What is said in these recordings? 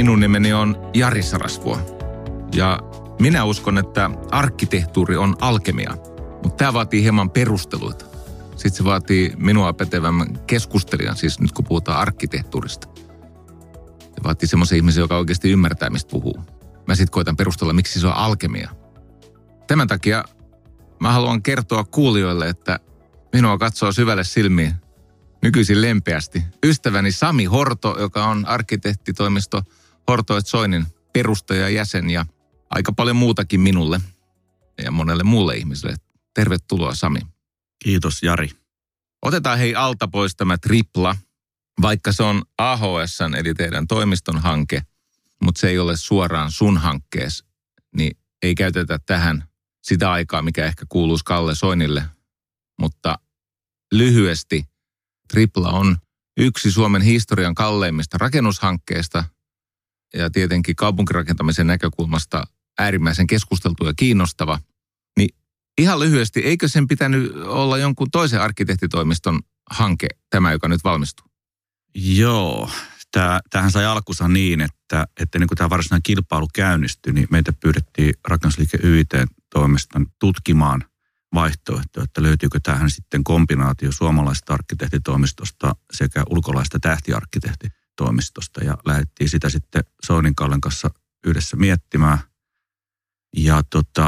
Minun nimeni on Jari Sarasvuo ja minä uskon, että arkkitehtuuri on alkemia, mutta tämä vaatii hieman perusteluita. Sitten se vaatii minua pätevämmän keskustelijan, siis nyt kun puhutaan arkkitehtuurista. Se vaatii semmoisen ihmisen, joka oikeasti ymmärtää, mistä puhuu. Mä sitten koitan perustella, miksi se on alkemia. Tämän takia mä haluan kertoa kuulijoille, että minua katsoo syvälle silmiin nykyisin lempeästi ystäväni Sami Horto, joka on arkkitehtitoimisto Horto & Soinin perustajajäsen ja aika paljon muutakin minulle ja monelle muulle ihmiselle. Tervetuloa, Sami. Kiitos, Jari. Otetaan hei alta pois tämä tripla, vaikka se on AHS:n eli teidän toimiston hanke, mutta se ei ole suoraan sun hankkeessa, niin ei käytetä tähän sitä aikaa, mikä ehkä kuuluisi Kalle Soinille. Mutta lyhyesti tripla on yksi Suomen historian kalleimmista rakennushankkeista ja tietenkin kaupunkirakentamisen näkökulmasta äärimmäisen keskusteltu ja kiinnostava. Niin ihan lyhyesti, eikö sen pitänyt olla jonkun toisen arkkitehtitoimiston hanke, tämä joka nyt valmistuu? Joo, tämähän sai alkunsa niin, että niin kuin tämä varsinainen kilpailu käynnistyi, niin meitä pyydettiin rakennusliike YIT-toimiston tutkimaan vaihtoehtoja, että löytyykö tähän sitten kombinaatio suomalaisesta arkkitehtitoimistosta sekä ulkolaista tähtiarkkitehtitoimistosta. Ja lähdettiin sitä sitten Soinin Kallen kanssa yhdessä miettimään. Ja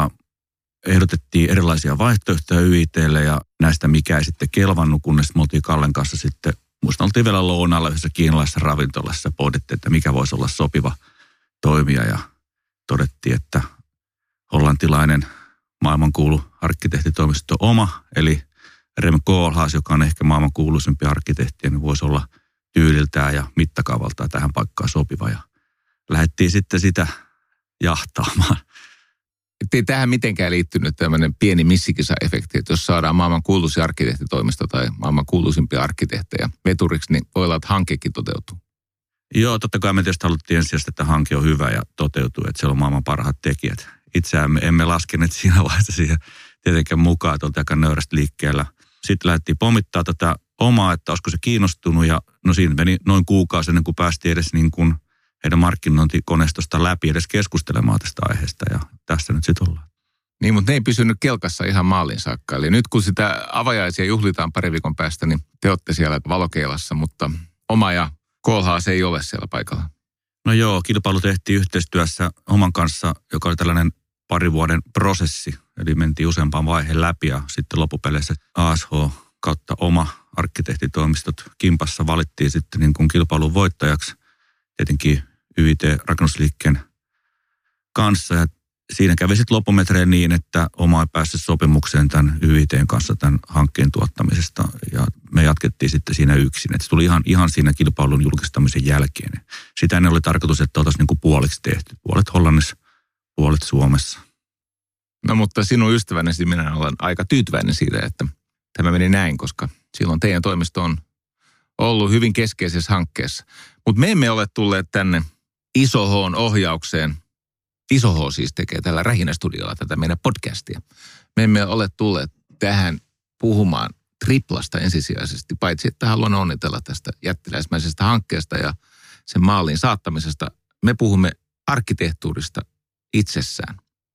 ehdotettiin erilaisia vaihtoehtoja YIT:lle ja näistä mikä ei sitten kelvannut, kunnes me oltiin Kallen kanssa sitten, muista oltiin vielä lounalla yhdessä kiinalaisessa ravintolassa ja pohdittiin, että mikä voisi olla sopiva toimija. Ja todettiin, että hollantilainen maailmankuulu arkkitehtitoimisto oma, eli Rem Koolhaas, joka on ehkä maailman kuuluisempi arkkitehti, niin voisi olla tyyliltään ja mittakaavaltaan tähän paikkaan sopiva. Ja lähdettiin sitten sitä jahtaamaan. Ei tähän mitenkään liittynyt tämmöinen pieni missikisa-efekti, että jos saadaan maailman kuuluisin arkkitehtitoimisto tai maailman kuuluisimpia arkkitehtejä veturiksi, niin voi olla, että hankekin toteutuu. Joo, totta kai me tietysti haluttiin ensisijaisesti, että hanke on hyvä ja toteutuu, että siellä on maailman parhaat tekijät. Itseään emme laskeneet siinä vaiheessa siihen tietenkään mukaan, että oltiin aika nöyrästi liikkeellä. Sitten lähdettiin pommittaa tätä omaa, että olisiko se kiinnostunut ja no siinä meni noin kuukausi ennen kuin päästiin edes niin kuin heidän markkinointikoneistosta läpi edes keskustelemaan tästä aiheesta ja tässä nyt sitten ollaan. Niin, mutta ne ei pysynyt kelkassa ihan maalin saakka. Eli nyt kun sitä avajaisia juhlitaan pari viikon päästä, niin te olette siellä valokeilassa, mutta oma ja Koolhaas ei ole siellä paikalla. No joo, kilpailu tehtiin yhteistyössä oman kanssa, joka oli tällainen 2 vuoden prosessi. Eli mentiin useampaan vaiheen läpi ja sitten loppupeleissä ASH kautta oma arkkitehtitoimistot kimpassa valittiin sitten niin kuin kilpailun voittajaksi. Tietenkin YIT-rakennusliikkeen kanssa ja siinä kävi sitten loppumetreen niin, että oma ei päässyt sopimukseen tämän YIT:n kanssa tämän hankkeen tuottamisesta ja me jatkettiin sitten siinä yksin. Että se tuli ihan siinä kilpailun julkistamisen jälkeen. Sitä ennen oli tarkoitus, että oltaisiin niin kuin puoliksi tehty. Puolet Hollannissa, puolet Suomessa. No mutta sinun ystävänesi minä olen aika tyytyväinen siitä, että tämä meni näin, koska silloin teidän toimisto on ollut hyvin keskeisessä hankkeessa. Mutta me emme ole tulleet tänne Iso H:n ohjaukseen. Iso H siis tekee tällä Rähinä-studiolla tätä meidän podcastia. Me emme ole tulleet tähän puhumaan triplasta ensisijaisesti, paitsi että haluan onnitella tästä jättiläismäisestä hankkeesta ja sen maaliin saattamisesta. Me puhumme arkkitehtuurista itsessään.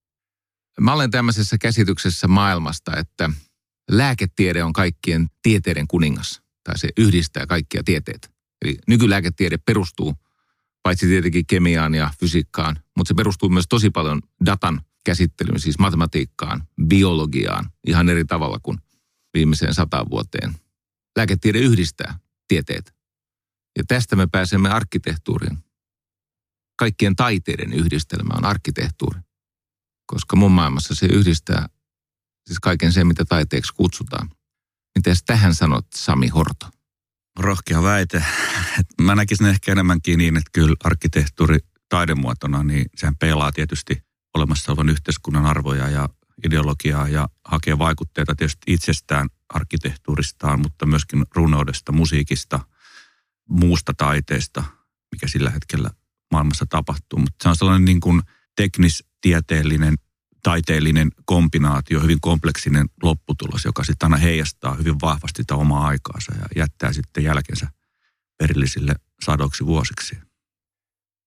Mä olen tämmöisessä käsityksessä maailmasta, että lääketiede on kaikkien tieteiden kuningas, tai se yhdistää kaikkia tieteitä. Eli nykylääketiede perustuu paitsi tietenkin kemiaan ja fysiikkaan, mutta se perustuu myös tosi paljon datan käsittelyyn, siis matematiikkaan, biologiaan, ihan eri tavalla kuin viimeiseen 100 vuoteen. Lääketiede yhdistää tieteet. Ja tästä me pääsemme arkkitehtuuriin. Kaikkien taiteiden yhdistelmä on arkkitehtuuri, koska mun maailmassa se yhdistää siis kaiken sen, mitä taiteeksi kutsutaan. Mites tähän sanot, Sami Horto? Rohkea väite. Mä näkisin ehkä enemmänkin niin, että kyllä arkkitehtuuri taidemuotona, niin sehän pelaa tietysti olemassa olevan yhteiskunnan arvoja ja ideologiaa ja hakee vaikutteita tietysti itsestään arkkitehtuuristaan, mutta myöskin runoudesta, musiikista, muusta taiteesta, mikä sillä hetkellä maailmassa tapahtuu. Mutta se on sellainen niin kuin teknistieteellinen, taiteellinen kombinaatio, hyvin kompleksinen lopputulos, joka sitten aina heijastaa hyvin vahvasti sitä omaa aikaansa ja jättää sitten jälkensä perillisille sadoiksi vuosiksi.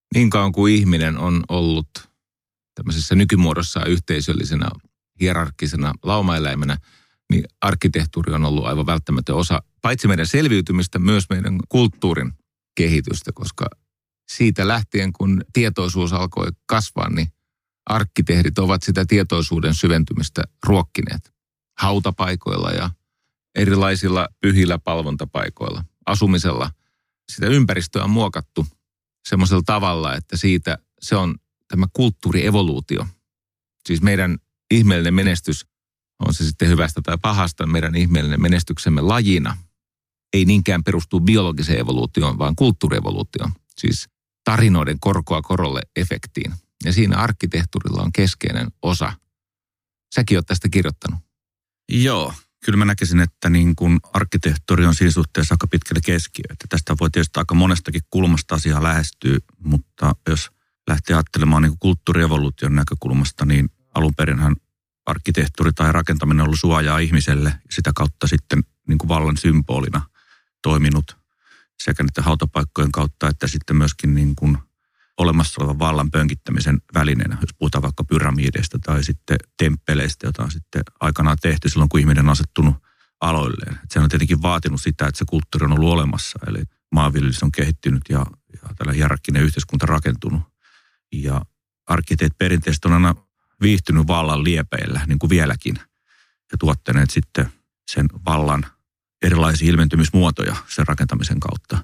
Niin kauan kuin ihminen on ollut tämmöisessä nykymuodossaan yhteisöllisenä, hierarkkisena laumaeläimenä, niin arkkitehtuuri on ollut aivan välttämätön osa paitsi meidän selviytymistä, myös meidän kulttuurin kehitystä, koska siitä lähtien, kun tietoisuus alkoi kasvaa, niin arkkitehdit ovat sitä tietoisuuden syventymistä ruokkineet hautapaikoilla ja erilaisilla pyhillä palvontapaikoilla, asumisella. Sitä ympäristöä on muokattu semmoisella tavalla, että siitä se on tämä kulttuurievoluutio. Siis meidän ihmeellinen menestys, on se sitten hyvästä tai pahasta, meidän ihmeellinen menestyksemme lajina ei niinkään perustu biologiseen evoluutioon, vaan kulttuurievoluutioon. Siis tarinoiden korkoa korolle -efektiin. Ja siinä arkkitehtuurilla on keskeinen osa. Säkin oot tästä kirjoittanut. Joo, kyllä mä näkisin, että niin kun arkkitehtuuri on siinä suhteessa aika pitkälle keskiö. Että tästä voi tietysti aika monestakin kulmasta asiaa lähestyä, mutta jos lähtee ajattelemaan niin kulttuurievoluution näkökulmasta, niin alun perinhän arkkitehtuuri tai rakentaminen on ollut suojaa ihmiselle ja sitä kautta sitten niin kuin vallan symbolina toiminut sekä niiden hautapaikkojen kautta että sitten myöskin niin kuin olemassa olevan vallan pönkittämisen välineenä, jos puhutaan vaikka pyramideista tai sitten temppeleistä, jota on sitten aikanaan tehty silloin, kun ihminen on asettunut aloilleen. Että se on tietenkin vaatinut sitä, että se kulttuuri on ollut olemassa, eli maanviljelys on kehittynyt ja tällä hierarkkinen yhteiskunta rakentunut. Ja arkkiteet perinteisesti on aina viihtynyt vallan liepeillä, niin kuin vieläkin, ja tuottaneet sitten sen vallan erilaisia ilmentymismuotoja sen rakentamisen kautta.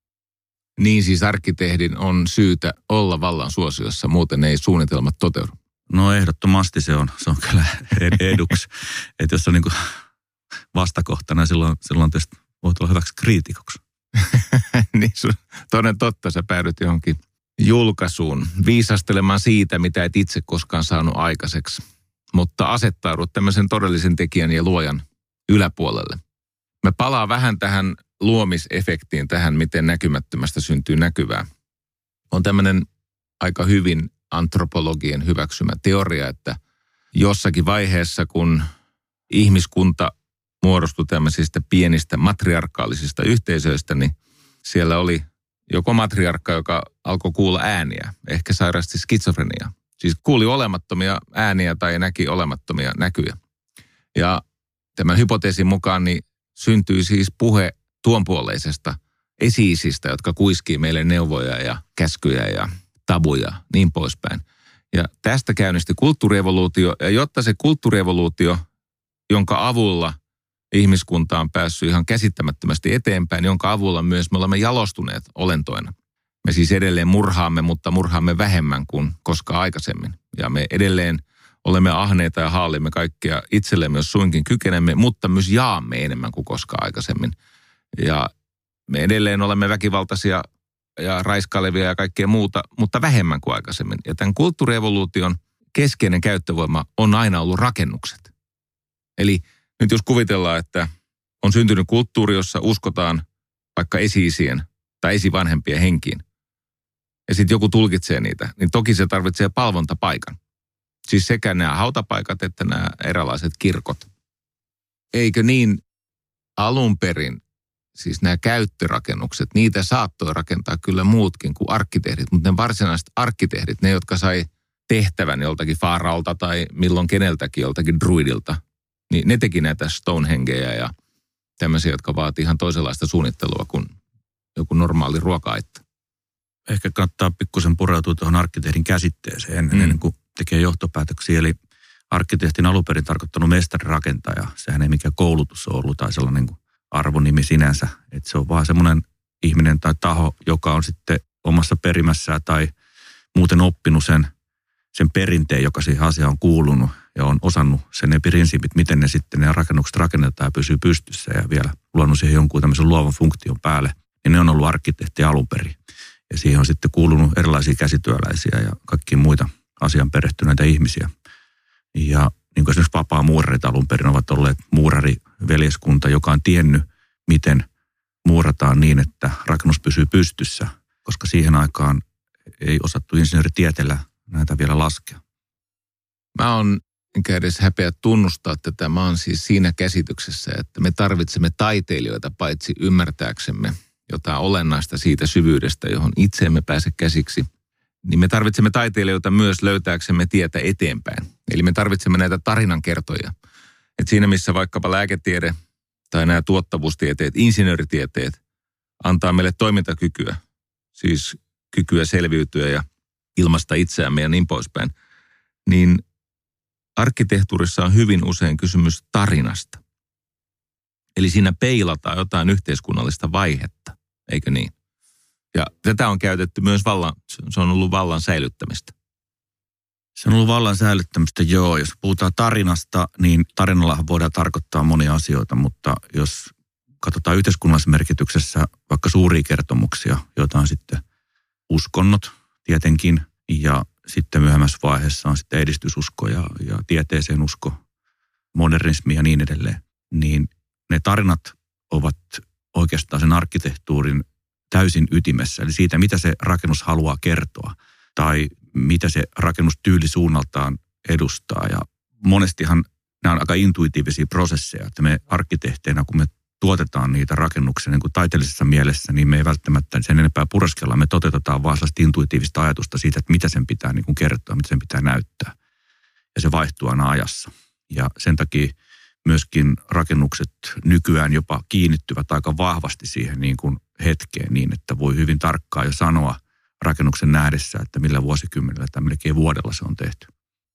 Niin siis arkkitehdin on syytä olla vallan suosiossa, muuten ei suunnitelmat toteudu. No ehdottomasti se on kyllä eduksi. Että jos on niin kuin vastakohtana, silloin tästä voi tulla hyväksi kriitikoksi. Niin toden totta, sä päädyt johonkin julkaisuun viisastelemaan siitä, mitä et itse koskaan saanut aikaiseksi. Mutta asettaudut tämmöisen todellisen tekijän ja luojan yläpuolelle. Mä palaan vähän tähän luomisefektiin, tähän miten näkymättömästä syntyy näkyvää. On tämmöinen aika hyvin antropologien hyväksymä teoria, että jossakin vaiheessa, kun ihmiskunta muodostui tämmöisistä pienistä matriarkaalisista yhteisöistä, niin siellä oli joko matriarkka, joka alkoi kuulla ääniä, ehkä sairasti skitsofreniaa. Siis kuuli olemattomia ääniä tai näki olemattomia näkyjä. Ja tämän hypoteesin mukaan niin syntyi siis puhe tuonpuoleisesta esi-isistä, jotka kuiskii meille neuvoja ja käskyjä ja tabuja, niin poispäin. Ja tästä käynnistyi kulttuurievoluutio, ja jotta se kulttuurievoluutio, jonka avulla ihmiskunta on päässyt ihan käsittämättömästi eteenpäin, jonka avulla myös me olemme jalostuneet olentoina. Me siis edelleen murhaamme, mutta murhaamme vähemmän kuin koskaan aikaisemmin. Ja me edelleen olemme ahneita ja haalimme kaikkea itsellemme, jos suinkin kykenemme, mutta myös jaamme enemmän kuin koskaan aikaisemmin. Ja me edelleen olemme väkivaltaisia ja raiskailevia ja kaikkea muuta, mutta vähemmän kuin aikaisemmin. Ja tämän kulttuurievoluution keskeinen käyttövoima on aina ollut rakennukset. Eli nyt jos kuvitellaan, että on syntynyt kulttuuri, jossa uskotaan vaikka esi-isien tai esivanhempien henkiin, ja sitten joku tulkitsee niitä, niin toki se tarvitsee palvontapaikan. Siis sekä nämä hautapaikat että nämä erilaiset kirkot. Eikö niin alun perin, siis nämä käyttörakennukset, niitä saattoi rakentaa kyllä muutkin kuin arkkitehdit, mutta ne varsinaiset arkkitehdit, ne jotka sai tehtävän joltakin faaraolta tai milloin keneltäkin joltakin druidilta, niin ne teki näitä Stonehengeja ja tämmöisiä, jotka vaatii ihan toisenlaista suunnittelua kuin joku normaali ruoka-aitta. Ehkä kannattaa pikkusen pureutua tuohon arkkitehdin käsitteeseen ennen kuin tekee johtopäätöksiä. Eli arkkitehtin alun perin tarkoittanut mestarirakentaja. Sehän ei mikään koulutus ole ollut tai sellainen niin arvonimi sinänsä. Että se on vaan semmoinen ihminen tai taho, joka on sitten omassa perimässään tai muuten oppinut sen perinteen, joka siihen asiaan on kuulunut ja on osannut sen ne prinsiipit, miten ne sitten ne rakennukset rakennetaan ja pysyy pystyssä ja vielä luonut siihen jonkun tämmöisen luovan funktion päälle. Ja ne on ollut arkkitehti alun perin. Ja siihen on sitten kuulunut erilaisia käsityöläisiä ja kaikkia muita asian perehtyneitä ihmisiä. Ja niin kuin esimerkiksi vapaamuurarit alun perin ovat olleet muurariveljeskunta, joka on tiennyt, miten muurataan niin, että rakennus pysyy pystyssä, koska siihen aikaan ei osattu insinööritieteellä näitä vielä laskea. Mä oon enkä edes häpeä tunnustaa tätä. Mä oon siis siinä käsityksessä, että me tarvitsemme taiteilijoita paitsi ymmärtääksemme jotain olennaista siitä syvyydestä, johon itse emme pääse käsiksi, niin me tarvitsemme taiteilijoita myös löytääksemme tietä eteenpäin. Eli me tarvitsemme näitä tarinankertoja. Et siinä missä vaikkapa lääketiede tai nämä tuottavuustieteet, insinööritieteet antaa meille toimintakykyä, siis kykyä selviytyä ja ilmaista itseämme ja niin poispäin, niin arkkitehtuurissa on hyvin usein kysymys tarinasta. Eli siinä peilataan jotain yhteiskunnallista vaihetta, eikö niin? Ja tätä on käytetty myös se on ollut vallan säilyttämistä. Se on ollut vallan säilyttämistä, joo. Jos puhutaan tarinasta, niin tarinallahan voidaan tarkoittaa monia asioita, mutta jos katsotaan yhteiskunnallisessa merkityksessä vaikka suuria kertomuksia, joita on sitten uskonnot tietenkin, ja sitten myöhemmässä vaiheessa on sitten edistysusko ja tieteeseen usko, modernismi ja niin edelleen, niin ne tarinat ovat oikeastaan sen arkkitehtuurin täysin ytimessä, eli siitä, mitä se rakennus haluaa kertoa tai mitä se rakennustyyli suunnaltaan edustaa. Ja monestihan nämä on aika intuitiivisia prosesseja, että me arkkitehteinä, kun me tuotetaan niitä rakennuksia niin kuin taiteellisessa mielessä, niin me ei välttämättä sen enempää pureskella. Me toteutetaan vaan sellaista intuitiivista ajatusta siitä, että mitä sen pitää niin kuin kertoa, mitä sen pitää näyttää. Ja se vaihtuu aina ajassa. Ja sen takia myöskin rakennukset nykyään jopa kiinnittyvät aika vahvasti siihen niin kuin hetkeen niin, että voi hyvin tarkkaan jo sanoa rakennuksen nähdessä, että millä vuosikymmenellä tai melkein vuodella se on tehty.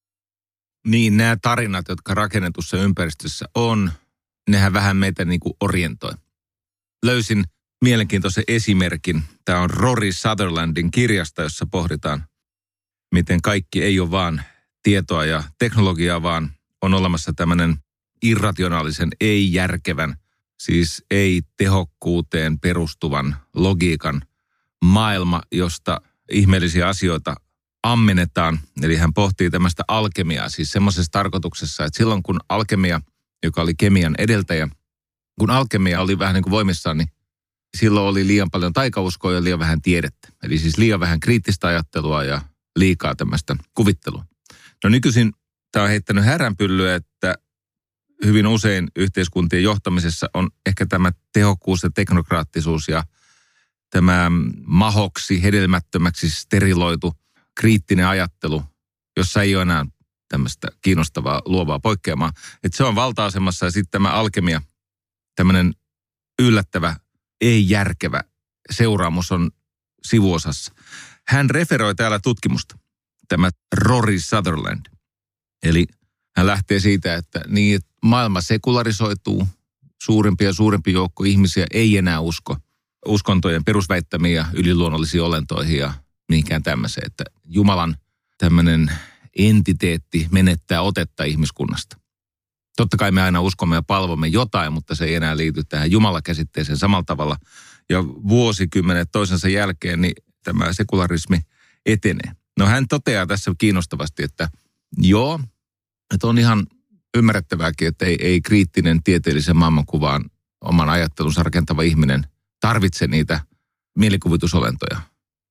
Niin, nämä tarinat, jotka rakennetussa ympäristössä on, nehän vähän meitä niin kuin orientoi. Löysin mielenkiintoisen esimerkin. Tämä on Rory Sutherlandin kirjasta, jossa pohditaan, miten kaikki ei ole vaan tietoa ja teknologiaa, vaan on olemassa tämmöinen irrationaalisen, ei-järkevän, siis ei-tehokkuuteen perustuvan logiikan maailma, josta ihmeellisiä asioita ammennetaan. Eli hän pohtii tämmöistä alkemiaa, siis semmoisessa tarkoituksessa, että silloin kun alkemia, joka oli kemian edeltäjä, kun alkemia oli vähän niin kuin voimissaan, niin silloin oli liian paljon taikauskoa ja liian vähän tiedettä. Eli siis liian vähän kriittistä ajattelua ja liikaa tämmöistä kuvittelua. No nykyisin tämä on heittänyt häränpyllyä, että hyvin usein yhteiskuntien johtamisessa on ehkä tämä tehokkuus ja teknokraattisuus ja tämä mahoksi, hedelmättömäksi steriloitu kriittinen ajattelu, jossa ei ole enää tämmöistä kiinnostavaa, luovaa poikkeamaa. Että se on valta-asemassa ja sitten tämä alkemia, tämmöinen yllättävä, ei-järkevä seuraamus on sivuosassa. Hän referoi täällä tutkimusta, tämä Rory Sutherland. Eli hän lähtee siitä, että niin maailma sekularisoituu, suurempi ja suurempi joukko ihmisiä ei enää usko uskontojen perusväittämiin ja yliluonnollisiin olentoihin ja mihinkään tämmöiseen, että Jumalan tämmöinen entiteetti menettää otetta ihmiskunnasta. Totta kai me aina uskomme ja palvomme jotain, mutta se ei enää liity tähän Jumala-käsitteeseen samalla tavalla. Ja vuosikymmenet toisensa jälkeen niin tämä sekularismi etenee. No hän toteaa tässä kiinnostavasti, että joo, että on ihan ymmärrettävääkin, että ei kriittinen tieteellisen maailmankuvaan oman ajattelunsa rakentava ihminen tarvitse niitä mielikuvitusolentoja.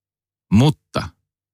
Mutta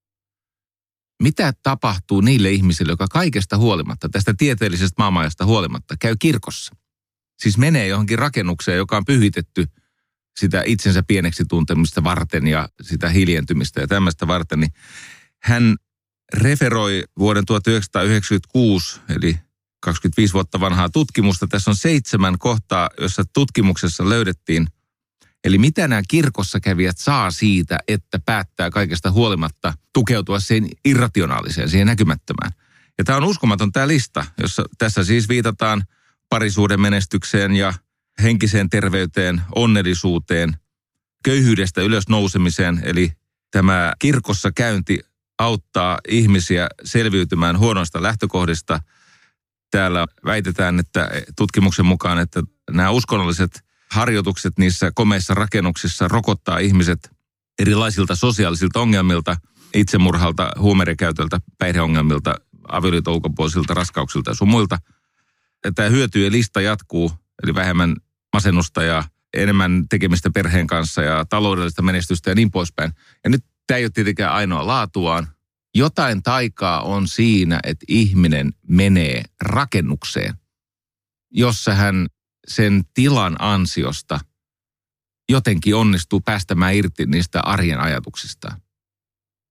mitä tapahtuu niille ihmisille, jotka kaikesta huolimatta, tästä tieteellisestä maailmanajasta huolimatta, käy kirkossa? Siis menee johonkin rakennukseen, joka on pyhitetty sitä itsensä pieneksi tuntemista varten ja sitä hiljentymistä ja tämmöistä varten, niin hän referoi vuoden 1996, eli 25 vuotta vanhaa tutkimusta. Tässä on 7 kohtaa, jossa tutkimuksessa löydettiin, eli mitä nämä kirkossa kävijät saa siitä, että päättää kaikesta huolimatta tukeutua siihen irrationaaliseen, siihen näkymättömään. Ja tämä on uskomaton tämä lista, jossa tässä siis viitataan parisuuden menestykseen ja henkiseen terveyteen, onnellisuuteen, köyhyydestä ylös nousemiseen. Eli tämä kirkossa käynti auttaa ihmisiä selviytymään huonoista lähtökohdista. Täällä väitetään, että tutkimuksen mukaan, että nämä uskonnolliset harjoitukset niissä komeissa rakennuksissa rokottaa ihmiset erilaisilta sosiaalisilta ongelmilta, itsemurhalta, huumeidenkäytöltä, päihdeongelmilta, avioliiton ulkopuolisilta raskauksilta ja sun muilta. Tämä hyötyjen lista jatkuu, eli vähemmän masennusta ja enemmän tekemistä perheen kanssa ja taloudellista menestystä ja niin poispäin. Ja nyt tämä ei ole tietenkään ainoa laatuaan. Jotain taikaa on siinä, että ihminen menee rakennukseen, jossa hän sen tilan ansiosta jotenkin onnistuu päästämään irti niistä arjen ajatuksistaan.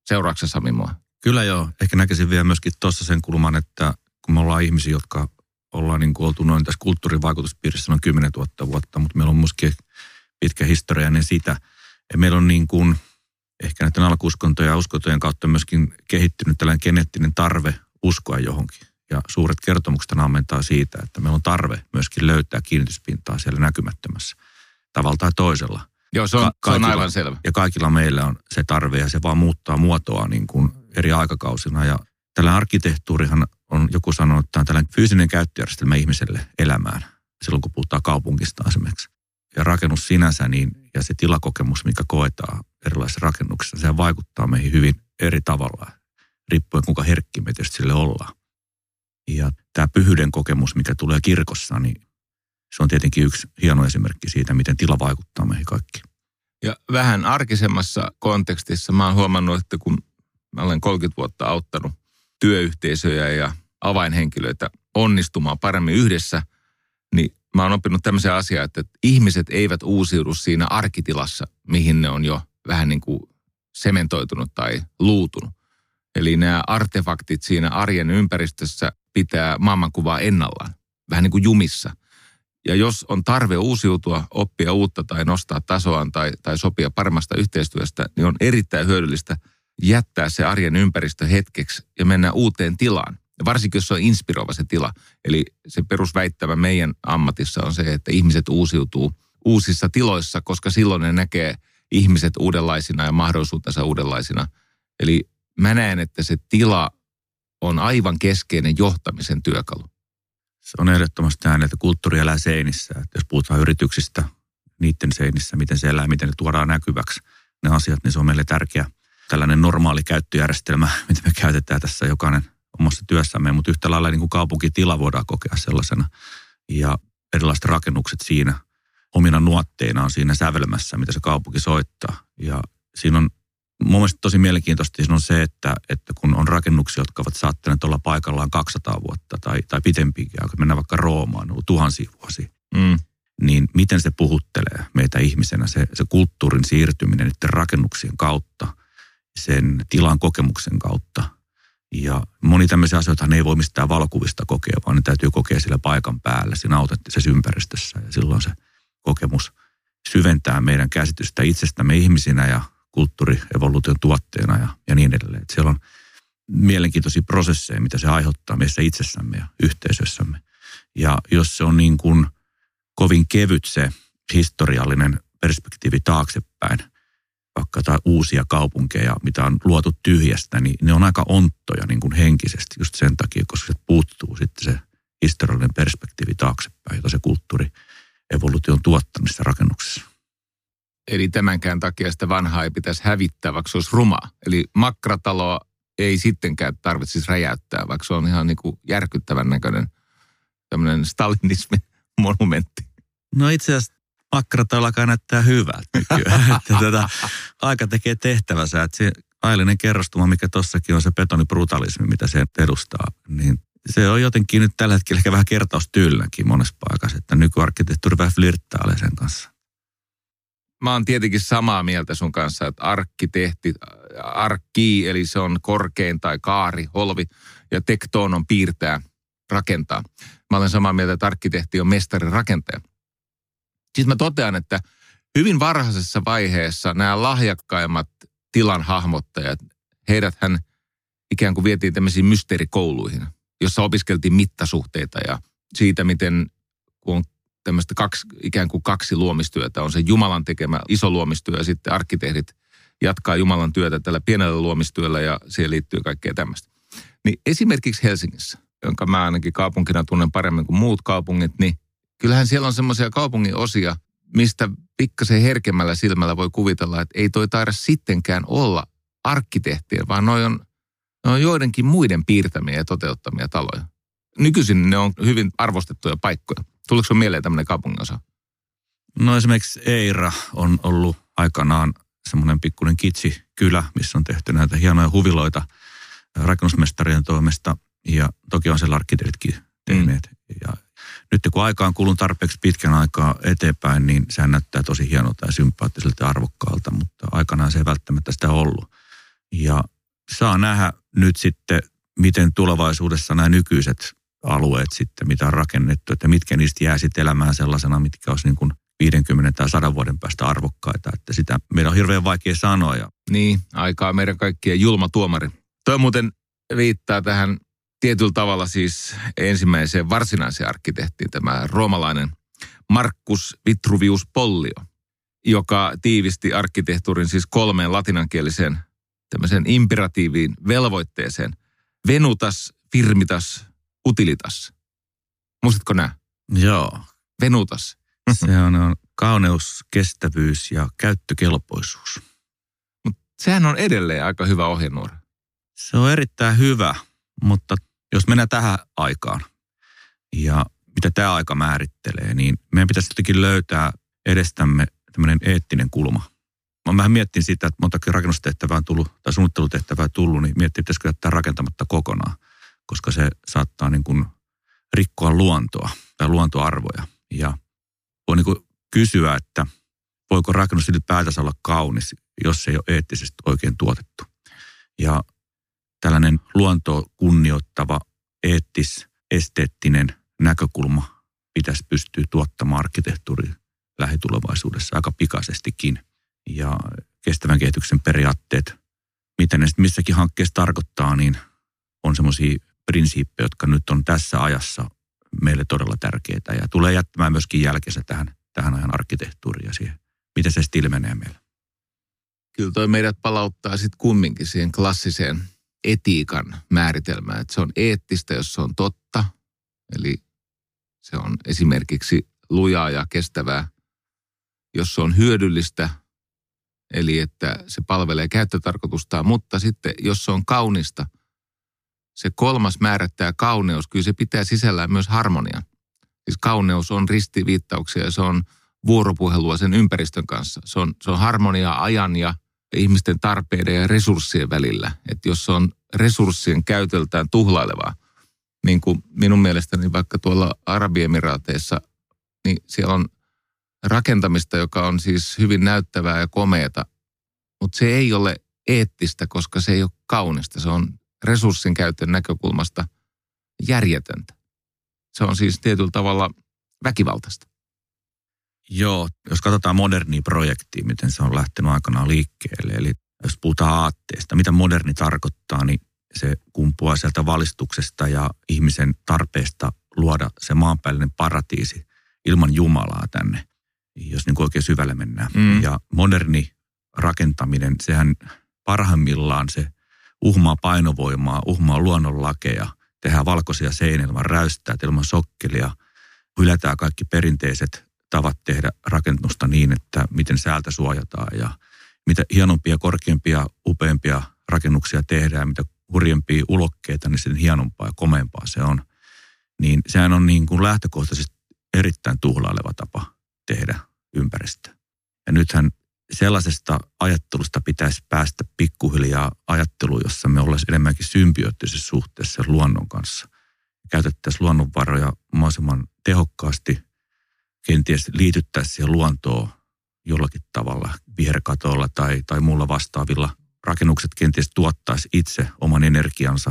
Seuraatko Sami mua? Kyllä joo. Ehkä näkisin vielä myöskin tuossa sen kulman, että kun me ollaan ihmisiä, jotka ollaan niin kuin oltu noin tässä kulttuurin vaikutuspiirissä noin 10 000 vuotta, mutta meillä on myöskin pitkä historia ennen sitä. Ja meillä on niin kuin ehkä näiden alkuuskontojen ja uskontojen kautta myöskin kehittynyt tällainen geneettinen tarve uskoa johonkin. Ja suuret kertomukset ammentaa siitä, että meillä on tarve myöskin löytää kiinnityspintaa siellä näkymättömässä tavalla tai toisella. Joo, se on aivan selvä. Ja kaikilla meillä on se tarve ja se vaan muuttaa muotoa niin kuin eri aikakausina. Ja tällainen arkkitehtuurihan on, joku sanoo, että tämä on tällainen fyysinen käyttöjärjestelmä ihmiselle elämään, silloin kun puhutaan kaupungista esimerkiksi. Ja rakennus sinänsä ja se tilakokemus, mikä koetaan erilaisissa rakennuksissa, se vaikuttaa meihin hyvin eri tavalla, riippuen kuinka herkki me tietysti sille ollaan. Ja tämä pyhyyden kokemus, mikä tulee kirkossa, niin se on tietenkin yksi hieno esimerkki siitä, miten tila vaikuttaa meihin kaikkiin. Ja vähän arkisemmassa kontekstissa mä oon huomannut, että kun mä olen 30 vuotta auttanut työyhteisöjä ja avainhenkilöitä onnistumaan paremmin yhdessä, niin mä oon oppinut tämmöisen asian, että ihmiset eivät uusiudu siinä arkitilassa, mihin ne on jo vähän niin kuin sementoitunut tai luutunut. Eli nämä artefaktit siinä arjen ympäristössä pitää maailmankuvaa ennallaan, vähän niin kuin jumissa. Ja jos on tarve uusiutua, oppia uutta tai nostaa tasoaan tai sopia paremmasta yhteistyöstä, niin on erittäin hyödyllistä jättää se arjen ympäristö hetkeksi ja mennä uuteen tilaan. Ja varsinkin, jos se on inspiroiva se tila. Eli se perusväittämä meidän ammatissa on se, että ihmiset uusiutuu uusissa tiloissa, koska silloin ne näkee ihmiset uudenlaisina ja mahdollisuutensa uudenlaisina. Eli mä näen, että se tila on aivan keskeinen johtamisen työkalu. Se on ehdottomasti näin, että kulttuuri elää seinissä. Että jos puhutaan yrityksistä, niiden seinissä, miten se elää, miten ne tuodaan näkyväksi, ne asiat, niin se on meille tärkeä. Tällainen normaali käyttöjärjestelmä, mitä me käytetään tässä jokainen omassa työssämme, mutta yhtä lailla niin kuin kaupunkitila voidaan kokea sellaisena. Ja erilaiset rakennukset siinä omina nuotteina on siinä sävelmässä, mitä se kaupunki soittaa. Ja siinä on mun mielestä tosi mielenkiintoista on se, että kun on rakennuksia, jotka ovat saattaneet olla paikallaan 200 vuotta tai pitempiäkin, kun mennään vaikka Roomaan, tuhansia vuosia, niin miten se puhuttelee meitä ihmisenä, se kulttuurin siirtyminen niiden rakennuksien kautta, sen tilan kokemuksen kautta. Ja moni tämmöisiä asioita ei voi mistään valokuvista kokea, vaan ne täytyy kokea sillä paikan päällä, siinä autenttisessa ympäristössä. Ja silloin se kokemus syventää meidän käsitystä itsestämme ihmisinä ja kulttuurievoluution tuotteena ja niin edelleen. Että siellä on mielenkiintoisia prosesseja, mitä se aiheuttaa meissä itsessämme ja yhteisössämme. Ja jos se on niin kuin kovin kevyt se historiallinen perspektiivi taaksepäin, vaikka jotain uusia kaupunkeja, mitä on luotu tyhjästä, niin ne on aika onttoja niin kuin henkisesti just sen takia, koska se puuttuu sitten se historiallinen perspektiivi taaksepäin, jota se kulttuurievoluutio on tuottanut niissä rakennuksissa. Eli tämänkään takia sitä vanhaa ei pitäisi hävittää, vaikka se olisi rumaa. Eli makrataloa ei sittenkään tarvitsisi räjäyttää, vaikka se on ihan niin kuin järkyttävän näköinen tämmöinen stalinismin monumentti. No itse asiassa makrataloakaan näyttää hyvältä nykyään. Aika tekee tehtävänsä, että se aileinen kerrostuma, mikä tossakin on se betonibrutalismi, mitä se edustaa, niin se on jotenkin nyt tällä hetkellä ehkä vähän kertaustyylläkin monessa paikassa, että nykyarkkitehtuuri vähän flirttailee sen kanssa. Mä oon tietenkin samaa mieltä sun kanssa, että arkki, eli se on korkein tai kaari, holvi, ja tektoon on piirtää, rakentaa. Mä olen samaa mieltä, että arkkitehti on mestari rakentaja. Siis mä totean, että hyvin varhaisessa vaiheessa nämä lahjakkaimmat tilan hahmottajat, heidäthän ikään kuin vietiin tämmöisiin mysteerikouluihin, jossa opiskeltiin mittasuhteita ja siitä, miten kun on tämmöistä ikään kuin kaksi luomistyötä. On se Jumalan tekemä iso luomistyö ja sitten arkkitehdit jatkaa Jumalan työtä tällä pienellä luomistyöllä ja siihen liittyy kaikkea tämmöistä. Niin esimerkiksi Helsingissä, jonka mä ainakin kaupunkina tunnen paremmin kuin muut kaupungit, niin kyllähän siellä on semmoisia kaupungin osia, mistä pikkasen herkemmällä silmällä voi kuvitella, että ei toi taida sittenkään olla arkkitehtien, vaan noi on joidenkin muiden piirtämiä ja toteuttamia taloja. Nykyisin ne on hyvin arvostettuja paikkoja. Tuleeko sinulle mieleen tämmöinen kaupunginosa? No esimerkiksi Eira on ollut aikanaan semmoinen pikkuinen kitsikylä, missä on tehty näitä hienoja huviloita rakennusmestarien toimesta. Ja toki on siellä arkkitehtitkin tehneet. Ja nyt kun aika on kulunut tarpeeksi pitkän aikaa eteenpäin, niin sehän näyttää tosi hienolta ja sympaattiselta ja arvokkaalta, mutta aikanaan se ei välttämättä sitä ollut. Ja saa nähdä nyt sitten, miten tulevaisuudessa nämä nykyiset alueet sitten, mitä on rakennettu, että mitkä niistä jää sitten elämään sellaisena, mitkä olisi niin kuin 50 tai 100 vuoden päästä arvokkaita. Että sitä meidän on hirveän vaikea sanoa. Niin, aikaa meidän kaikkien julma tuomari. Toi muuten viittaa tähän tietyllä tavalla siis ensimmäiseen varsinaiseen arkkitehtiin, tämä roomalainen Marcus Vitruvius Pollio, joka tiivisti arkkitehtuurin siis 3 latinankieliseen tämmöiseen imperatiiviin velvoitteeseen. Venutas, firmitas, utilitas. Muistatko nämä? Joo. Venutas. Se on kauneus, kestävyys ja käyttökelpoisuus. Mutta sehän on edelleen aika hyvä ohjenuora. Se on erittäin hyvä, mutta jos mennään tähän aikaan ja mitä tämä aika määrittelee, niin meidän pitäisi jotenkin löytää edestämme tämmöinen eettinen kulma. Mä vähän miettin sitä, että montakin rakennustehtävää on tullut tai suunnittelutehtävää tullut, niin miettii, pitäisikö jättää rakentamatta kokonaan, koska se saattaa niin kuin rikkoa luontoa tai luontoarvoja. Ja voi niin kuin kysyä, että voiko rakennus ylipäätänsä olla kaunis, jos se ei ole eettisesti oikein tuotettu. Ja tällainen luontoa kunnioittava, esteettinen näkökulma pitäisi pystyä tuottamaan arkkitehtuuriin lähitulevaisuudessa aika pikaisestikin. Ja kestävän kehityksen periaatteet, mitä ne missäkin hankkeessa tarkoittaa, niin on semmoisia prinsiippejä, jotka nyt on tässä ajassa meille todella tärkeitä ja tulee jättämään myöskin jälkeensä tähän ajan arkkitehtuuriin ja siihen, miten se sitten ilmenee meillä. Kyllä toi meidät palauttaa sitten kumminkin siihen klassiseen etiikan määritelmään, että se on eettistä, jos se on totta, eli se on esimerkiksi lujaa ja kestävää, jos se on hyödyllistä, eli että se palvelee käyttötarkoitustaan, mutta sitten jos se on kaunista, se 3. määrittää kauneus, kyllä se pitää sisällään myös harmonian. Siis kauneus on ristiviittauksia ja se on vuoropuhelua sen ympäristön kanssa. Se on harmonia ajan ja ihmisten tarpeiden ja resurssien välillä. Että jos se on resurssien käytöltään tuhlailevaa, niin kuin minun mielestäni vaikka tuolla Arabiemiraateissa, niin siellä on rakentamista, joka on siis hyvin näyttävää ja komeata, mutta se ei ole eettistä, koska se ei ole kaunista. Se on resurssin käytön näkökulmasta järjetöntä. Se on siis tietyllä tavalla väkivaltaista. Joo, jos katsotaan modernia projektia, miten se on lähtenyt aikanaan liikkeelle, eli jos puhutaan aatteesta, mitä moderni tarkoittaa, niin se kumpuaa sieltä valistuksesta ja ihmisen tarpeesta luoda se maanpäällinen paratiisi ilman Jumalaa tänne, jos niin kuin oikein syvälle mennään. Ja moderni rakentaminen, sehän parhaimmillaan se uhmaa painovoimaa, uhmaa luonnonlakeja, tehdään valkoisia seiniä ilman räystää, ilman sokkelia, hylätään kaikki perinteiset tavat tehdä rakennusta niin, että miten säältä suojataan ja mitä hienompia, korkeampia, upeampia rakennuksia tehdään, mitä hurjempia ulokkeita, niin sen hienompaa ja komeampaa se on. Niin sehän on niin kuin lähtökohtaisesti erittäin tuhlaileva tapa tehdä ympäristöä. Ja nythän sellaisesta ajattelusta pitäisi päästä pikkuhiljaa ajatteluun, jossa me ollaan enemmänkin symbioottisessa suhteessa luonnon kanssa. Käytettäisiin luonnonvaroja mahdollisimman tehokkaasti, kenties liityttäisiin siihen luontoon jollakin tavalla viherkatolla tai muulla vastaavilla. Rakennukset kenties tuottaisi itse oman energiansa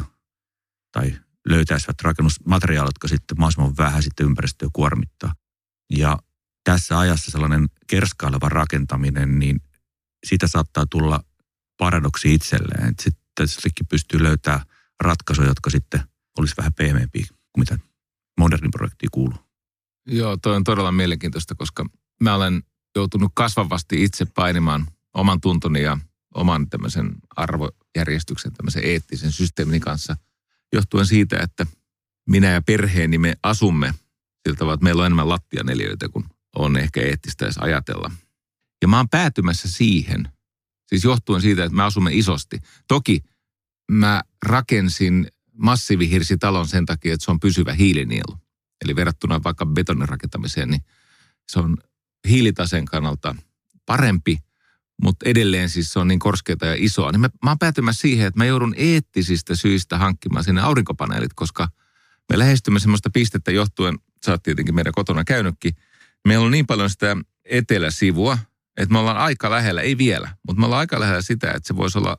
tai löytäisivät rakennusmateriaalit, jotka sitten mahdollisimman vähän sitten ympäristöä kuormittaa. Ja tässä ajassa sellainen kerskaileva rakentaminen, niin siitä saattaa tulla paradoksi itselleen. Sitten sillekin pystyy löytämään ratkaisuja, jotka sitten olisi vähän pehmeämpiä kuin mitä modernin projektiin kuuluu. Joo, toi on todella mielenkiintoista, koska mä olen joutunut kasvavasti itse painimaan oman tuntoni ja oman tämmöisen arvojärjestyksen, tämmöisen eettisen systeemin kanssa, johtuen siitä, että minä ja perheeni me asumme sillä tavalla, että meillä on enemmän lattianeliöitä kuin on ehkä eettistä edes ajatella. Ja mä oon päätymässä siihen, siis johtuen siitä, että me asumme isosti. Toki mä rakensin massiivihirsitalon sen takia, että se on pysyvä hiilinielu. Eli verrattuna vaikka betonin rakentamiseen, niin se on hiilitaseen kannalta parempi, mutta edelleen siis se on niin korskeata ja isoa. Niin mä oon päätymässä siihen, että mä joudun eettisistä syistä hankkimaan sinne aurinkopaneelit, koska me lähestymme semmoista pistettä johtuen, sä oot tietenkin meidän kotona käynytkin, meillä on niin paljon sitä eteläsivua, että me ollaan aika lähellä, ei vielä, mutta me ollaan aika lähellä sitä, että se voisi olla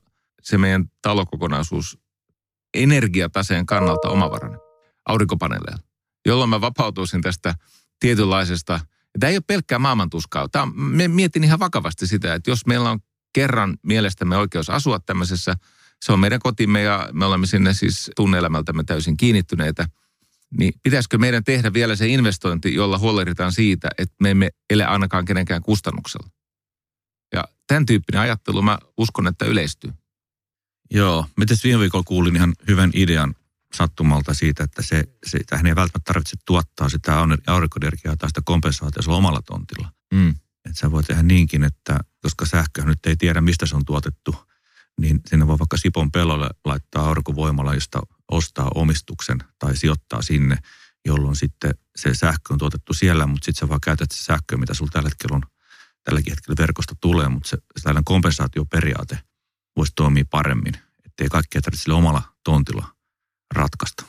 se meidän talokokonaisuus energiataseen kannalta omavarainen aurinkopaneeleilla, jolloin mä vapautuisin tästä tietynlaisesta. Tämä ei ole pelkkää maailmantuskaa. Mietin ihan vakavasti sitä, että jos meillä on kerran mielestämme oikeus asua tämmöisessä, se on meidän kotimme ja me olemme sinne siis tunne-elämältämme täysin kiinnittyneitä, niin pitäisikö meidän tehdä vielä se investointi, jolla huolehditaan siitä, että me emme elä ainakaan kenenkään kustannuksella. Ja tämän tyyppinen ajattelu mä uskon, että yleistyy. Joo, miten viime viikolla kuulin ihan hyvän idean sattumalta siitä, että hän ei välttämättä tarvitse tuottaa sitä aurinkoenergiaa tai sitä kompensaatiota omalla tontilla. Että sä voi tehdä niinkin, että koska sähkö nyt ei tiedä, mistä se on tuotettu, niin sinne voi vaikka Sipon pellolle laittaa aurinkovoimalla, josta ostaa omistuksen tai sijoittaa sinne, jolloin sitten se sähkö on tuotettu siellä, mutta sitten sä vaan käytät se sähkö, mitä sulla tälläkin hetkellä verkosta tulee, mutta se tällainen kompensaatioperiaate voisi toimia paremmin, ettei kaikkea tarvitse sille omalla tontilla ratkaista.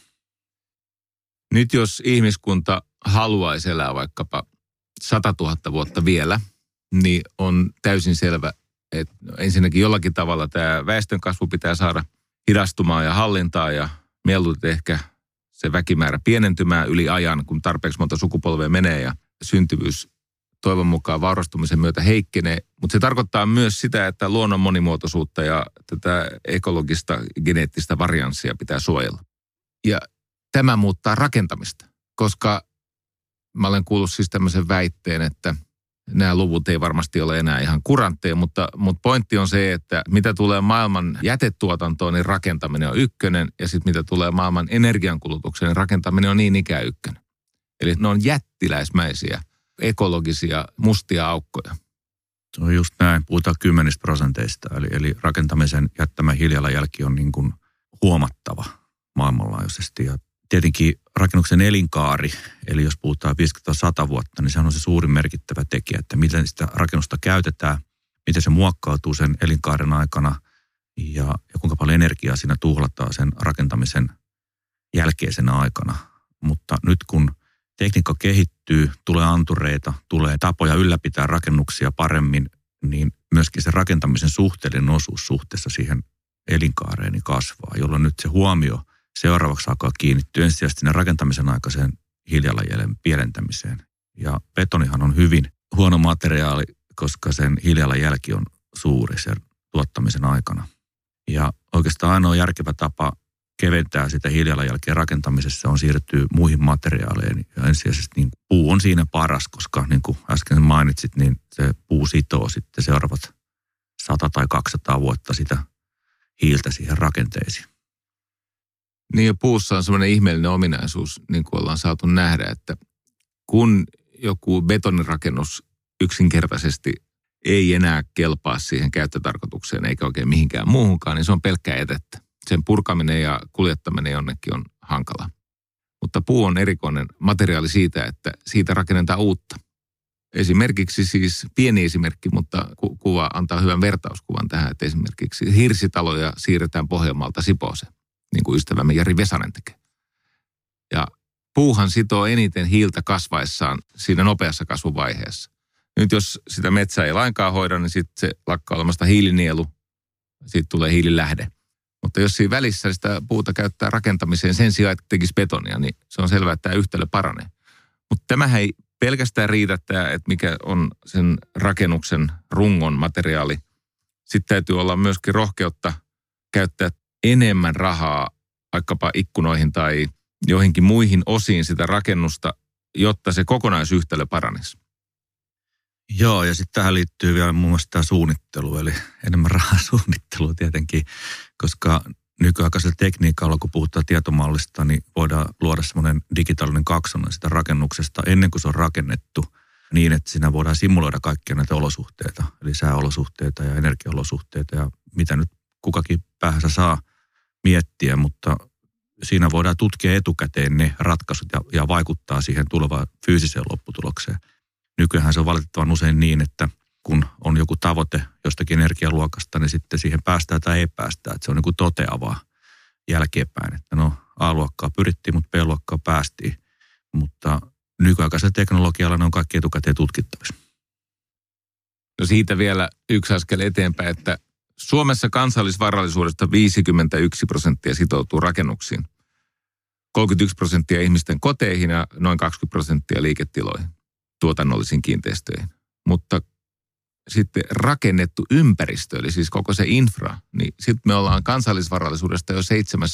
Nyt jos ihmiskunta haluaisi elää vaikkapa 100 000 vuotta vielä, niin on täysin selvä, että ensinnäkin jollakin tavalla tämä väestönkasvu pitää saada hidastumaan ja hallintaan ja mieluiten ehkä se väkimäärä pienentymään yli ajan, kun tarpeeksi monta sukupolvea menee ja syntyvyys toivon mukaan vaurastumisen myötä heikkenee. Mutta se tarkoittaa myös sitä, että luonnon monimuotoisuutta ja tätä ekologista geneettistä varianssia pitää suojella. Ja tämä muuttaa rakentamista, koska mä olen kuullut siis tämmöisen väitteen, että nämä luvut ei varmasti ole enää ihan kurantteja, mutta pointti on se, että mitä tulee maailman jätetuotantoon, niin rakentaminen on ykkönen, ja sitten mitä tulee maailman energiankulutukseen, niin rakentaminen on niin ikään ykkönen. Eli ne on jättiläismäisiä, ekologisia, mustia aukkoja. Se on just näin, puhutaan 10%, eli rakentamisen jättämä hiilijalanjälki on niin kuin huomattava maailmanlaajuisesti, ja tietenkin rakennuksen elinkaari, eli jos puhutaan 50-100 vuotta, niin se on se suurin merkittävä tekijä, että miten sitä rakennusta käytetään, miten se muokkautuu sen elinkaaren aikana ja kuinka paljon energiaa siinä tuhlataan sen rakentamisen jälkeisenä aikana. Mutta nyt kun tekniikka kehittyy, tulee antureita, tulee tapoja ylläpitää rakennuksia paremmin, niin myöskin se rakentamisen suhteellinen osuus suhteessa siihen elinkaareen niin kasvaa, jolloin nyt se huomio seuraavaksi alkaa kiinnittyä ensisijaisesti sinne rakentamisen aikaiseen hiilijalanjäljen pienentämiseen. Ja betonihan on hyvin huono materiaali, koska sen hiilijalanjälki on suuri sen tuottamisen aikana. Ja oikeastaan ainoa järkevä tapa keventää sitä hiilijalanjälkeä rakentamisessa on siirtyä muihin materiaaleihin. Ja ensisijaisesti niin puu on siinä paras, koska niin kuin äsken mainitsit, niin se puu sitoo sitten seuraavat 100 tai 200 vuotta sitä hiiltä siihen rakenteisiin. Niin ja puussa on semmoinen ihmeellinen ominaisuus, niin kuin ollaan saatu nähdä, että kun joku betonirakennus yksinkertaisesti ei enää kelpaa siihen käyttötarkoitukseen eikä oikein mihinkään muuhunkaan, niin se on pelkkää jätettä. Sen purkaminen ja kuljettaminen jonnekin on hankalaa. Mutta puu on erikoinen materiaali siitä, että siitä rakennetaan uutta. Esimerkiksi siis pieni esimerkki, mutta kuva antaa hyvän vertauskuvan tähän, että esimerkiksi hirsitaloja siirretään Pohjanmaalta Sipooseen, niin kuin ystävämme Jari Vesanen tekee. Ja puuhan sitoo eniten hiiltä kasvaessaan siinä nopeassa kasvuvaiheessa. Nyt jos sitä metsää ei lainkaan hoida, niin sitten se lakkaa olemasta hiilinielu, siitä tulee hiililähde. Mutta jos siinä välissä sitä puuta käyttää rakentamiseen sen sijaan, että tekisi betonia, niin se on selvää, että tämä yhtälö paranee. Mutta tämähän ei pelkästään riitä, että mikä on sen rakennuksen rungon materiaali. Sitten täytyy olla myöskin rohkeutta käyttää enemmän rahaa vaikkapa ikkunoihin tai joihinkin muihin osiin sitä rakennusta, jotta se kokonaisyhtälö paranisi. Joo, ja sitten tähän liittyy vielä muun muassa tämä suunnittelu, eli enemmän rahaa suunnittelua tietenkin, koska nykyaikaisella tekniikalla, kun puhutaan tietomallista, niin voidaan luoda semmoinen digitaalinen kaksonen sitä rakennuksesta ennen kuin se on rakennettu niin, että siinä voidaan simuloida kaikkia näitä olosuhteita, eli sääolosuhteita ja energiaolosuhteita ja mitä nyt kukakin päähänsä saa miettiä, mutta siinä voidaan tutkia etukäteen ne ratkaisut ja vaikuttaa siihen tulevaan fyysiseen lopputulokseen. Nykyään se on valitettavan usein niin, että kun on joku tavoite jostakin energialuokasta, niin sitten siihen päästään tai ei päästä. Että se on niin kuin toteavaa jälkeenpäin, että no A-luokkaa pyrittiin, mutta B-luokkaa päästiin. Mutta nykyaikaisella teknologialla ne on kaikki etukäteen tutkittavissa. No siitä vielä yksi askel eteenpäin, että Suomessa kansallisvarallisuudesta 51% sitoutuu rakennuksiin. 31% ihmisten koteihin ja noin 20% liiketiloihin, tuotannollisiin kiinteistöihin. Mutta sitten rakennettu ympäristö, eli siis koko se infra, niin sitten me ollaan kansallisvarallisuudesta jo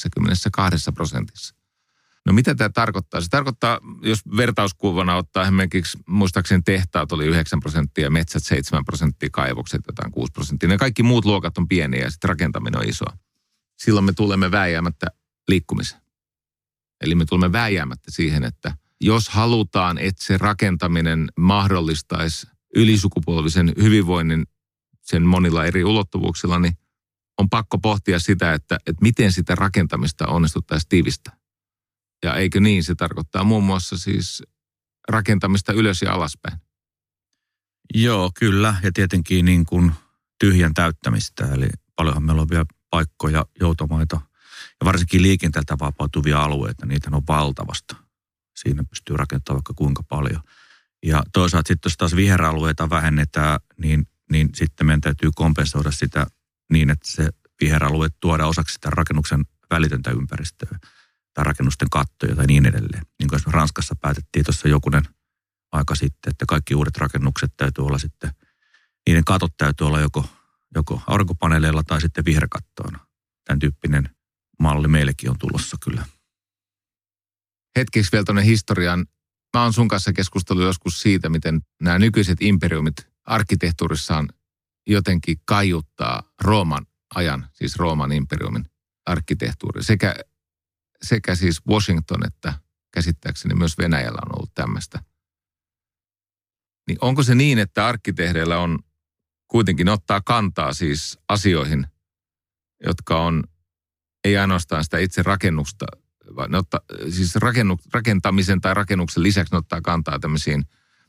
72%. No mitä tämä tarkoittaa? Se tarkoittaa, jos vertauskuvana ottaa esimerkiksi, muistaakseni tehtaat oli 9%, metsät 7%, kaivokset jotain 6%. Ne kaikki muut luokat on pieniä ja sitten rakentaminen on isoa. Silloin me tulemme vääjäämättä liikkumiseen. Eli me tulemme vääjäämättä siihen, että jos halutaan, että se rakentaminen mahdollistaisi ylisukupolvisen hyvinvoinnin sen monilla eri ulottuvuuksilla, niin on pakko pohtia sitä, että miten sitä rakentamista onnistuttaisiin tiivistää. Ja eikö niin, se tarkoittaa muun muassa siis rakentamista ylös ja alaspäin. Joo, kyllä. Ja tietenkin niin kuin tyhjän täyttämistä. Eli paljonhan meillä on vielä paikkoja, joutomaita ja varsinkin liikenteeltä vapautuvia alueita. Niitä on valtavasti. Siinä pystyy rakentamaan vaikka kuinka paljon. Ja toisaalta sitten, jos taas viheralueita vähennetään, niin sitten meidän täytyy kompensoida sitä niin, että se viheralue tuodaan osaksi sitä rakennuksen välitöntä ympäristöä tai rakennusten kattoja tai niin edelleen. Niin kuin Ranskassa päätettiin tuossa jokunen aika sitten, että kaikki uudet rakennukset täytyy olla sitten, niiden katot täytyy olla joko aurinkopaneeleilla tai sitten viherkattoina. Tämän tyyppinen malli meillekin on tulossa kyllä. Hetkeksi vielä tuonne historiaan. Mä oon sun kanssa keskustellut joskus siitä, miten nämä nykyiset imperiumit arkkitehtuurissaan jotenkin kaiuttaa Rooman ajan, siis Rooman imperiumin arkkitehtuuri. Sekä siis Washington että käsittääkseni myös Venäjällä on ollut tämmöistä. Niin onko se niin, että arkkitehdeillä on kuitenkin ottaa kantaa siis asioihin, jotka on ei ainoastaan sitä itse rakennusta, vaan ne ottaa, siis rakentamisen tai rakennuksen lisäksi ne ottaa kantaa tämmöisiin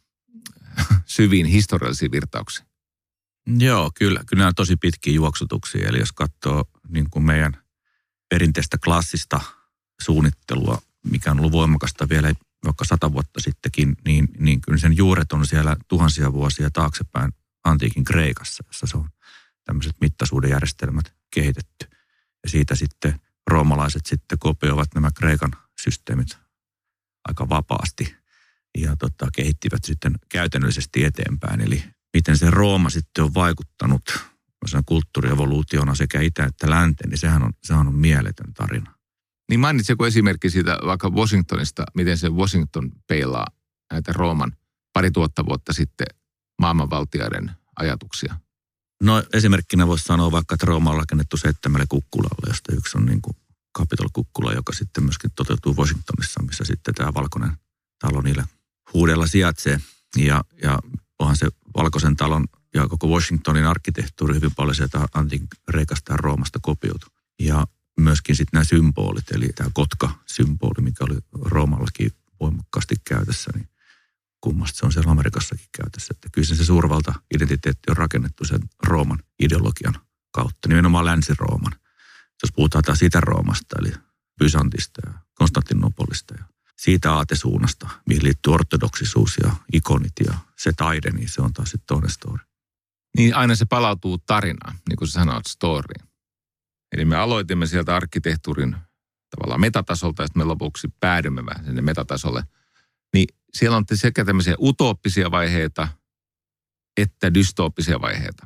syviin historiallisiin virtauksiin? Joo, kyllä nämä on tosi pitkiä juoksutuksia. Eli jos katsoo niin kuin meidän perinteistä klassista suunnittelua, mikä on ollut voimakasta vielä vaikka 100 vuotta sittenkin, niin kyllä sen juuret on siellä tuhansia vuosia taaksepäin antiikin Kreikassa, jossa se on tämmöiset mittaisuudenjärjestelmät kehitetty. Ja siitä sitten roomalaiset sitten kopioivat nämä Kreikan systeemit aika vapaasti ja kehittivät sitten käytännöllisesti eteenpäin. Eli miten se Rooma sitten on vaikuttanut kulttuurievoluutiona sekä itä- että länteen, niin sehän on mieletön tarina. Niin mainitseko esimerkki siitä vaikka Washingtonista, miten se Washington peilaa näitä Rooman 2000 vuotta sitten maailmanvaltioiden ajatuksia? No esimerkkinä voisi sanoa vaikka, että Rooma on rakennettu 7 kukkulalle, josta yksi on niin kuin Capitol-kukkula, joka sitten myöskin toteutuu Washingtonissa, missä sitten tämä valkoinen talo niillä huudella sijaitsee. Ja onhan se valkoisen talon ja koko Washingtonin arkkitehtuuri hyvin paljon sieltä antiikin Kreikasta ja Roomasta kopioitu. Ja myöskin sitten nämä symbolit, eli tämä kotka-symboli, mikä oli Roomallakin voimakkaasti käytössä, niin kummasta se on siellä Amerikassakin käytössä. Että kyllä se suurvalta-identiteetti on rakennettu sen Rooman ideologian kautta, nimenomaan Länsi-Rooman. Jos puhutaan taas Itä-Roomasta, eli Bysantista ja Konstantinopolista ja siitä aatesuunnasta, mihin liittyy ortodoksisuus ja ikonit ja se taide, niin se on taas sitten toinen story. Niin aina se palautuu tarinaan, niin kuin sä sanoit, storyin. Eli me aloitimme sieltä arkkitehtuurin tavallaan metatasolta ja sitten me lopuksi päädymme vähän sinne metatasolle. Niin siellä on sekä tämmöisiä utooppisia vaiheita että dystooppisia vaiheita.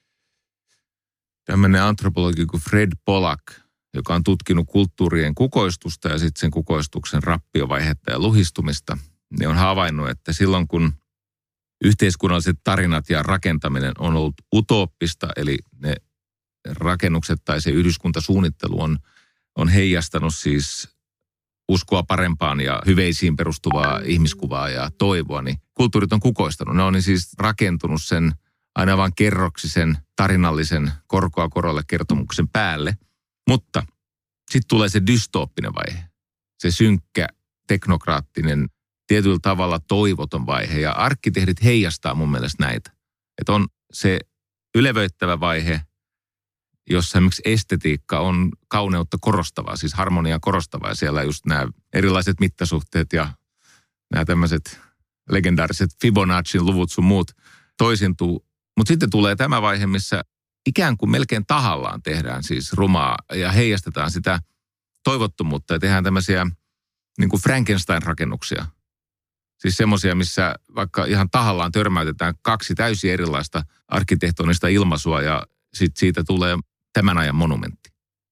Tämmöinen antropologi kuin Fred Pollack, joka on tutkinut kulttuurien kukoistusta ja sitten sen kukoistuksen rappiovaihetta ja luhistumista, niin on havainnut, että silloin kun yhteiskunnalliset tarinat ja rakentaminen on ollut utooppista, eli ne rakennukset tai se yhdyskuntasuunnittelu on heijastanut siis uskoa parempaan ja hyveisiin perustuvaa ihmiskuvaa ja toivoa, niin kulttuurit on kukoistanut. Ne on siis rakentunut sen aina vain kerroksisen, tarinallisen, korkoa korolle kertomuksen päälle. Mutta sitten tulee se dystooppinen vaihe, se synkkä, teknokraattinen, tietyllä tavalla toivoton vaihe. Ja arkkitehdit heijastaa mun mielestä näitä. Että on se ylevöittävä vaihe, jossa esimerkiksi estetiikka on kauneutta korostavaa, siis harmoniaa korostavaa. Ja siellä just nämä erilaiset mittasuhteet ja nämä tämmöiset legendaariset Fibonacin luvut sun muut toisintuu. Mutta sitten tulee tämä vaihe, missä ikään kuin melkein tahallaan tehdään siis rumaa ja heijastetaan sitä toivottomuutta ja tehdään tämmöisiä niin kuin Frankenstein-rakennuksia. Siis semmoisia, missä vaikka ihan tahallaan törmäytetään 2 täysin erilaista arkkitehtonista ilmaisua ja sitten siitä tulee tämän ajan monumentti.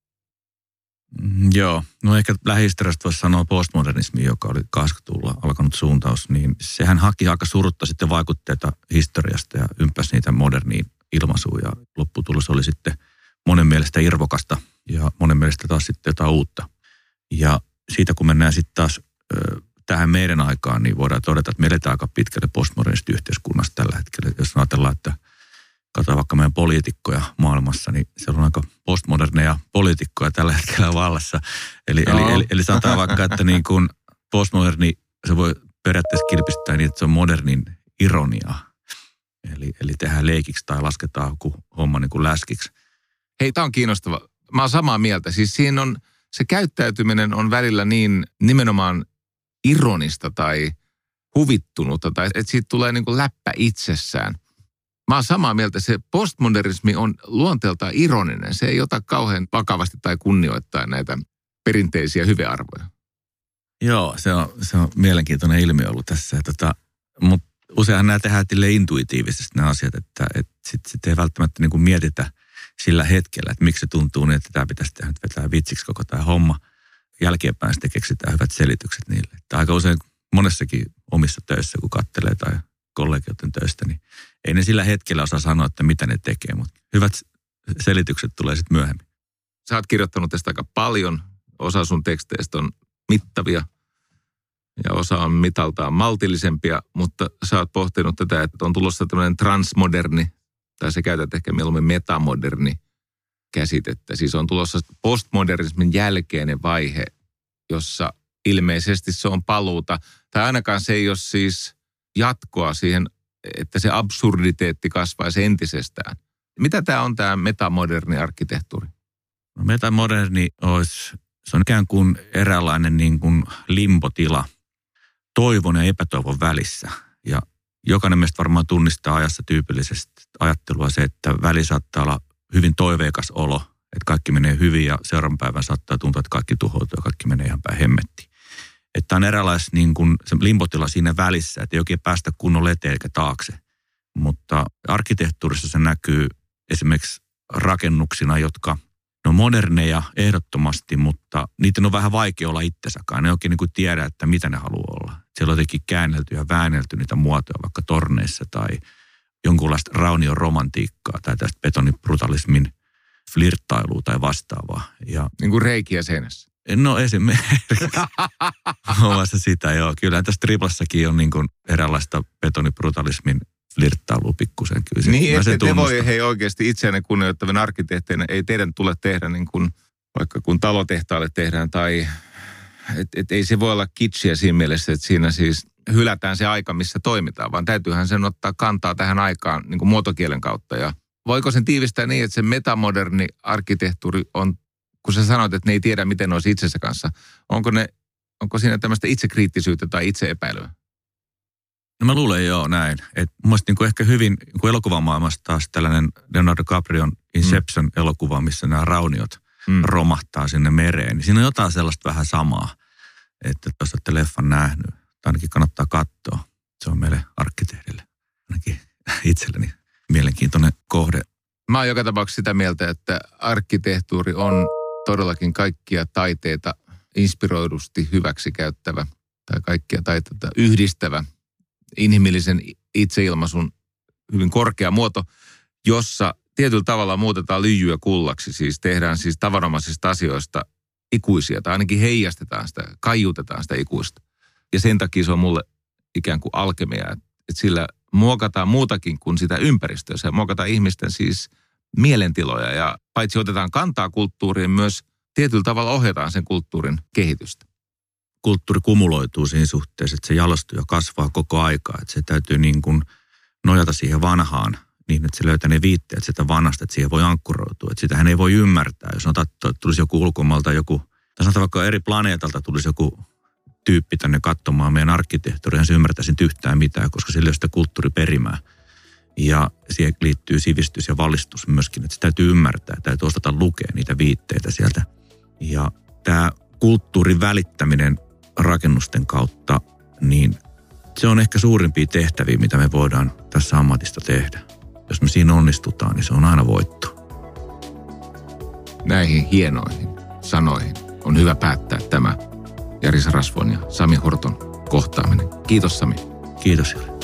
Joo, no ehkä lähihistoriasta voisi sanoa postmodernismi, joka oli 80-luvulla alkanut suuntaus, niin sehän haki aika surutta sitten vaikutteita historiasta ja ympäsi niitä moderniin ilmaisuun ja lopputulos oli sitten monen mielestä irvokasta ja monen mielestä taas sitten jotain uutta. Ja siitä kun mennään sitten taas tähän meidän aikaan, niin voidaan todeta, että me eletään aika pitkälle postmodernista yhteiskunnasta tällä hetkellä. Jos ajatellaan, että katsotaan vaikka meidän poliitikkoja maailmassa, niin siellä on aika postmoderneja poliitikkoja tällä hetkellä vallassa. Eli sanotaan vaikka, että niin kuin postmoderni, se voi periaatteessa kilpistää niin, että se on modernin ironiaa. Eli tehdään leikiksi tai lasketaan joku homma niin kuin läskiksi. Hei, tämä on kiinnostava. Mä oon samaa mieltä. Siis siinä on, se käyttäytyminen on välillä niin nimenomaan ironista tai huvittunutta, tai että siitä tulee niin kuin läppä itsessään. Mä oon samaa mieltä, se postmodernismi on luonteeltaan ironinen. Se ei ota kauhean vakavasti tai kunnioittaa näitä perinteisiä hyvearvoja. Joo, se on mielenkiintoinen ilmiö ollut tässä. Mutta useinhan nämä tehdään intuitiivisesti nämä asiat, että sit ei välttämättä niin kuin mietitä sillä hetkellä, että miksi se tuntuu niin, että tämä pitäisi tehdä, että vetää vitsiksi koko tämä homma. Jälkeenpäin sitten keksitään hyvät selitykset niille. Että aika usein monessakin omissa töissä, kun katselee tai kollegioiden töistä, niin ei ne sillä hetkellä osaa sanoa, että mitä ne tekee, mutta hyvät selitykset tulee sitten myöhemmin. Sä oot kirjoittanut tästä aika paljon. Osa sun teksteistä on mittavia ja osa on mitaltaan maltillisempia, mutta sä oot pohtinut tätä, että on tulossa tämmöinen transmoderni, tai sä käytät ehkä mieluummin metamoderni käsitettä. Siis on tulossa postmodernismin jälkeinen vaihe, jossa ilmeisesti se on paluuta, tai ainakaan se ei ole siis jatkoa siihen, että se absurditeetti kasvaisi entisestään. Mitä tämä on tämä metamoderni arkkitehtuuri? No, metamoderni se on ikään kuin eräänlainen niin kuin limbotila toivon ja epätoivon välissä. Ja jokainen meistä varmaan tunnistaa ajassa tyypillisesti ajattelua se, että väli saattaa olla hyvin toiveikas olo, että kaikki menee hyvin ja seuraavan päivän saattaa tuntua, että kaikki tuhoutuu ja kaikki menee ihan päin hemmettiin. Että on eräänlainen niin kuin se limbotila siinä välissä, että ei oikein päästä kunnolla eteen eikä taakse. Mutta arkkitehtuurissa se näkyy esimerkiksi rakennuksina, jotka on moderneja ehdottomasti, mutta niiden on vähän vaikea olla itsesäkaan. Ne ei oikein niin kuin tiedä, että mitä ne haluaa olla. Siellä on jotenkin käännelty ja väännelty niitä muotoja vaikka torneissa tai jonkunlaista raunion romantiikkaa tai tästä betonibrutalismin flirttailua tai vastaavaa. Ja niin kuin reikiä seinässä. No esimerkiksi. Omassa sitä, joo. Kyllä tässä triplassakin on niin kuin eräänlaista betonibrutalismin flirttailua pikkusen. Kyllä niin, että te voi hei oikeasti itseänne kunnioittavien arkkitehteinä, ei teidän tule tehdä niin kuin vaikka kun talotehtaalle tehdään tai ei se voi olla kitschiä siinä mielessä, että siinä siis hylätään se aika, missä toimitaan, vaan täytyyhän sen ottaa kantaa tähän aikaan niin kuin muotokielen kautta. Ja voiko sen tiivistää niin, että se metamoderni arkkitehtuuri on, kun sä sanoit, että ne ei tiedä, miten ne olisi itsensä kanssa, onko siinä tämmöistä itsekriittisyyttä tai itseepäilyä? No mä luulen joo näin. Että mun mielestä niin ehkä hyvin niin elokuvamaailmassa taas tällainen Leonardo DiCaprion Inception-elokuva, missä nämä rauniot romahtaa sinne mereen. Niin siinä on jotain sellaista vähän samaa, että jos olette leffan nähnyt, tai ainakin kannattaa katsoa. Se on meille arkkitehdille, ainakin itselleni mielenkiintoinen kohde. Mä oon joka tapauksessa sitä mieltä, että arkkitehtuuri on todellakin kaikkia taiteita inspiroidusti hyväksikäyttävä tai kaikkia taiteita yhdistävä inhimillisen itseilmaisun hyvin korkea muoto, jossa tietyllä tavalla muutetaan lyijyä kullaksi, siis tehdään siis tavanomaisista asioista ikuisia, tai ainakin heijastetaan sitä, kaiutetaan sitä ikuista. Ja sen takia se on mulle ikään kuin alkemia, että sillä muokataan muutakin kuin sitä ympäristöä, se muokataan ihmisten siis mielentiloja, ja paitsi otetaan kantaa kulttuuriin, myös tietyllä tavalla ohjataan sen kulttuurin kehitystä. Kulttuuri kumuloituu siinä suhteessa, että se jalostuu ja kasvaa koko aikaa. Että se täytyy niin kuin nojata siihen vanhaan niin, että se löytää ne viitteet sitä vanhasta, että siihen voi ankkuroitua. Että sitähän ei voi ymmärtää. Jos sanotaan, että tulisi joku ulkomailta tai sanotaan vaikka eri planeetalta tulisi joku tyyppi tänne katsomaan meidän arkkitehtuuria, hän se ymmärtäisi yhtään mitään, koska sillä ei ole sitä kulttuuriperimää. Ja siihen liittyy sivistys ja valistus myöskin, että se täytyy ymmärtää, täytyy osata lukea niitä viitteitä sieltä. Ja tämä kulttuurin välittäminen rakennusten kautta, niin se on ehkä suurimpia tehtäviä, mitä me voidaan tässä ammatista tehdä. Jos me siinä onnistutaan, niin se on aina voitto. Näihin hienoihin sanoihin on hyvä päättää tämä Jari Sarasvuon ja Sami Horton kohtaaminen. Kiitos Sami. Kiitos Jari.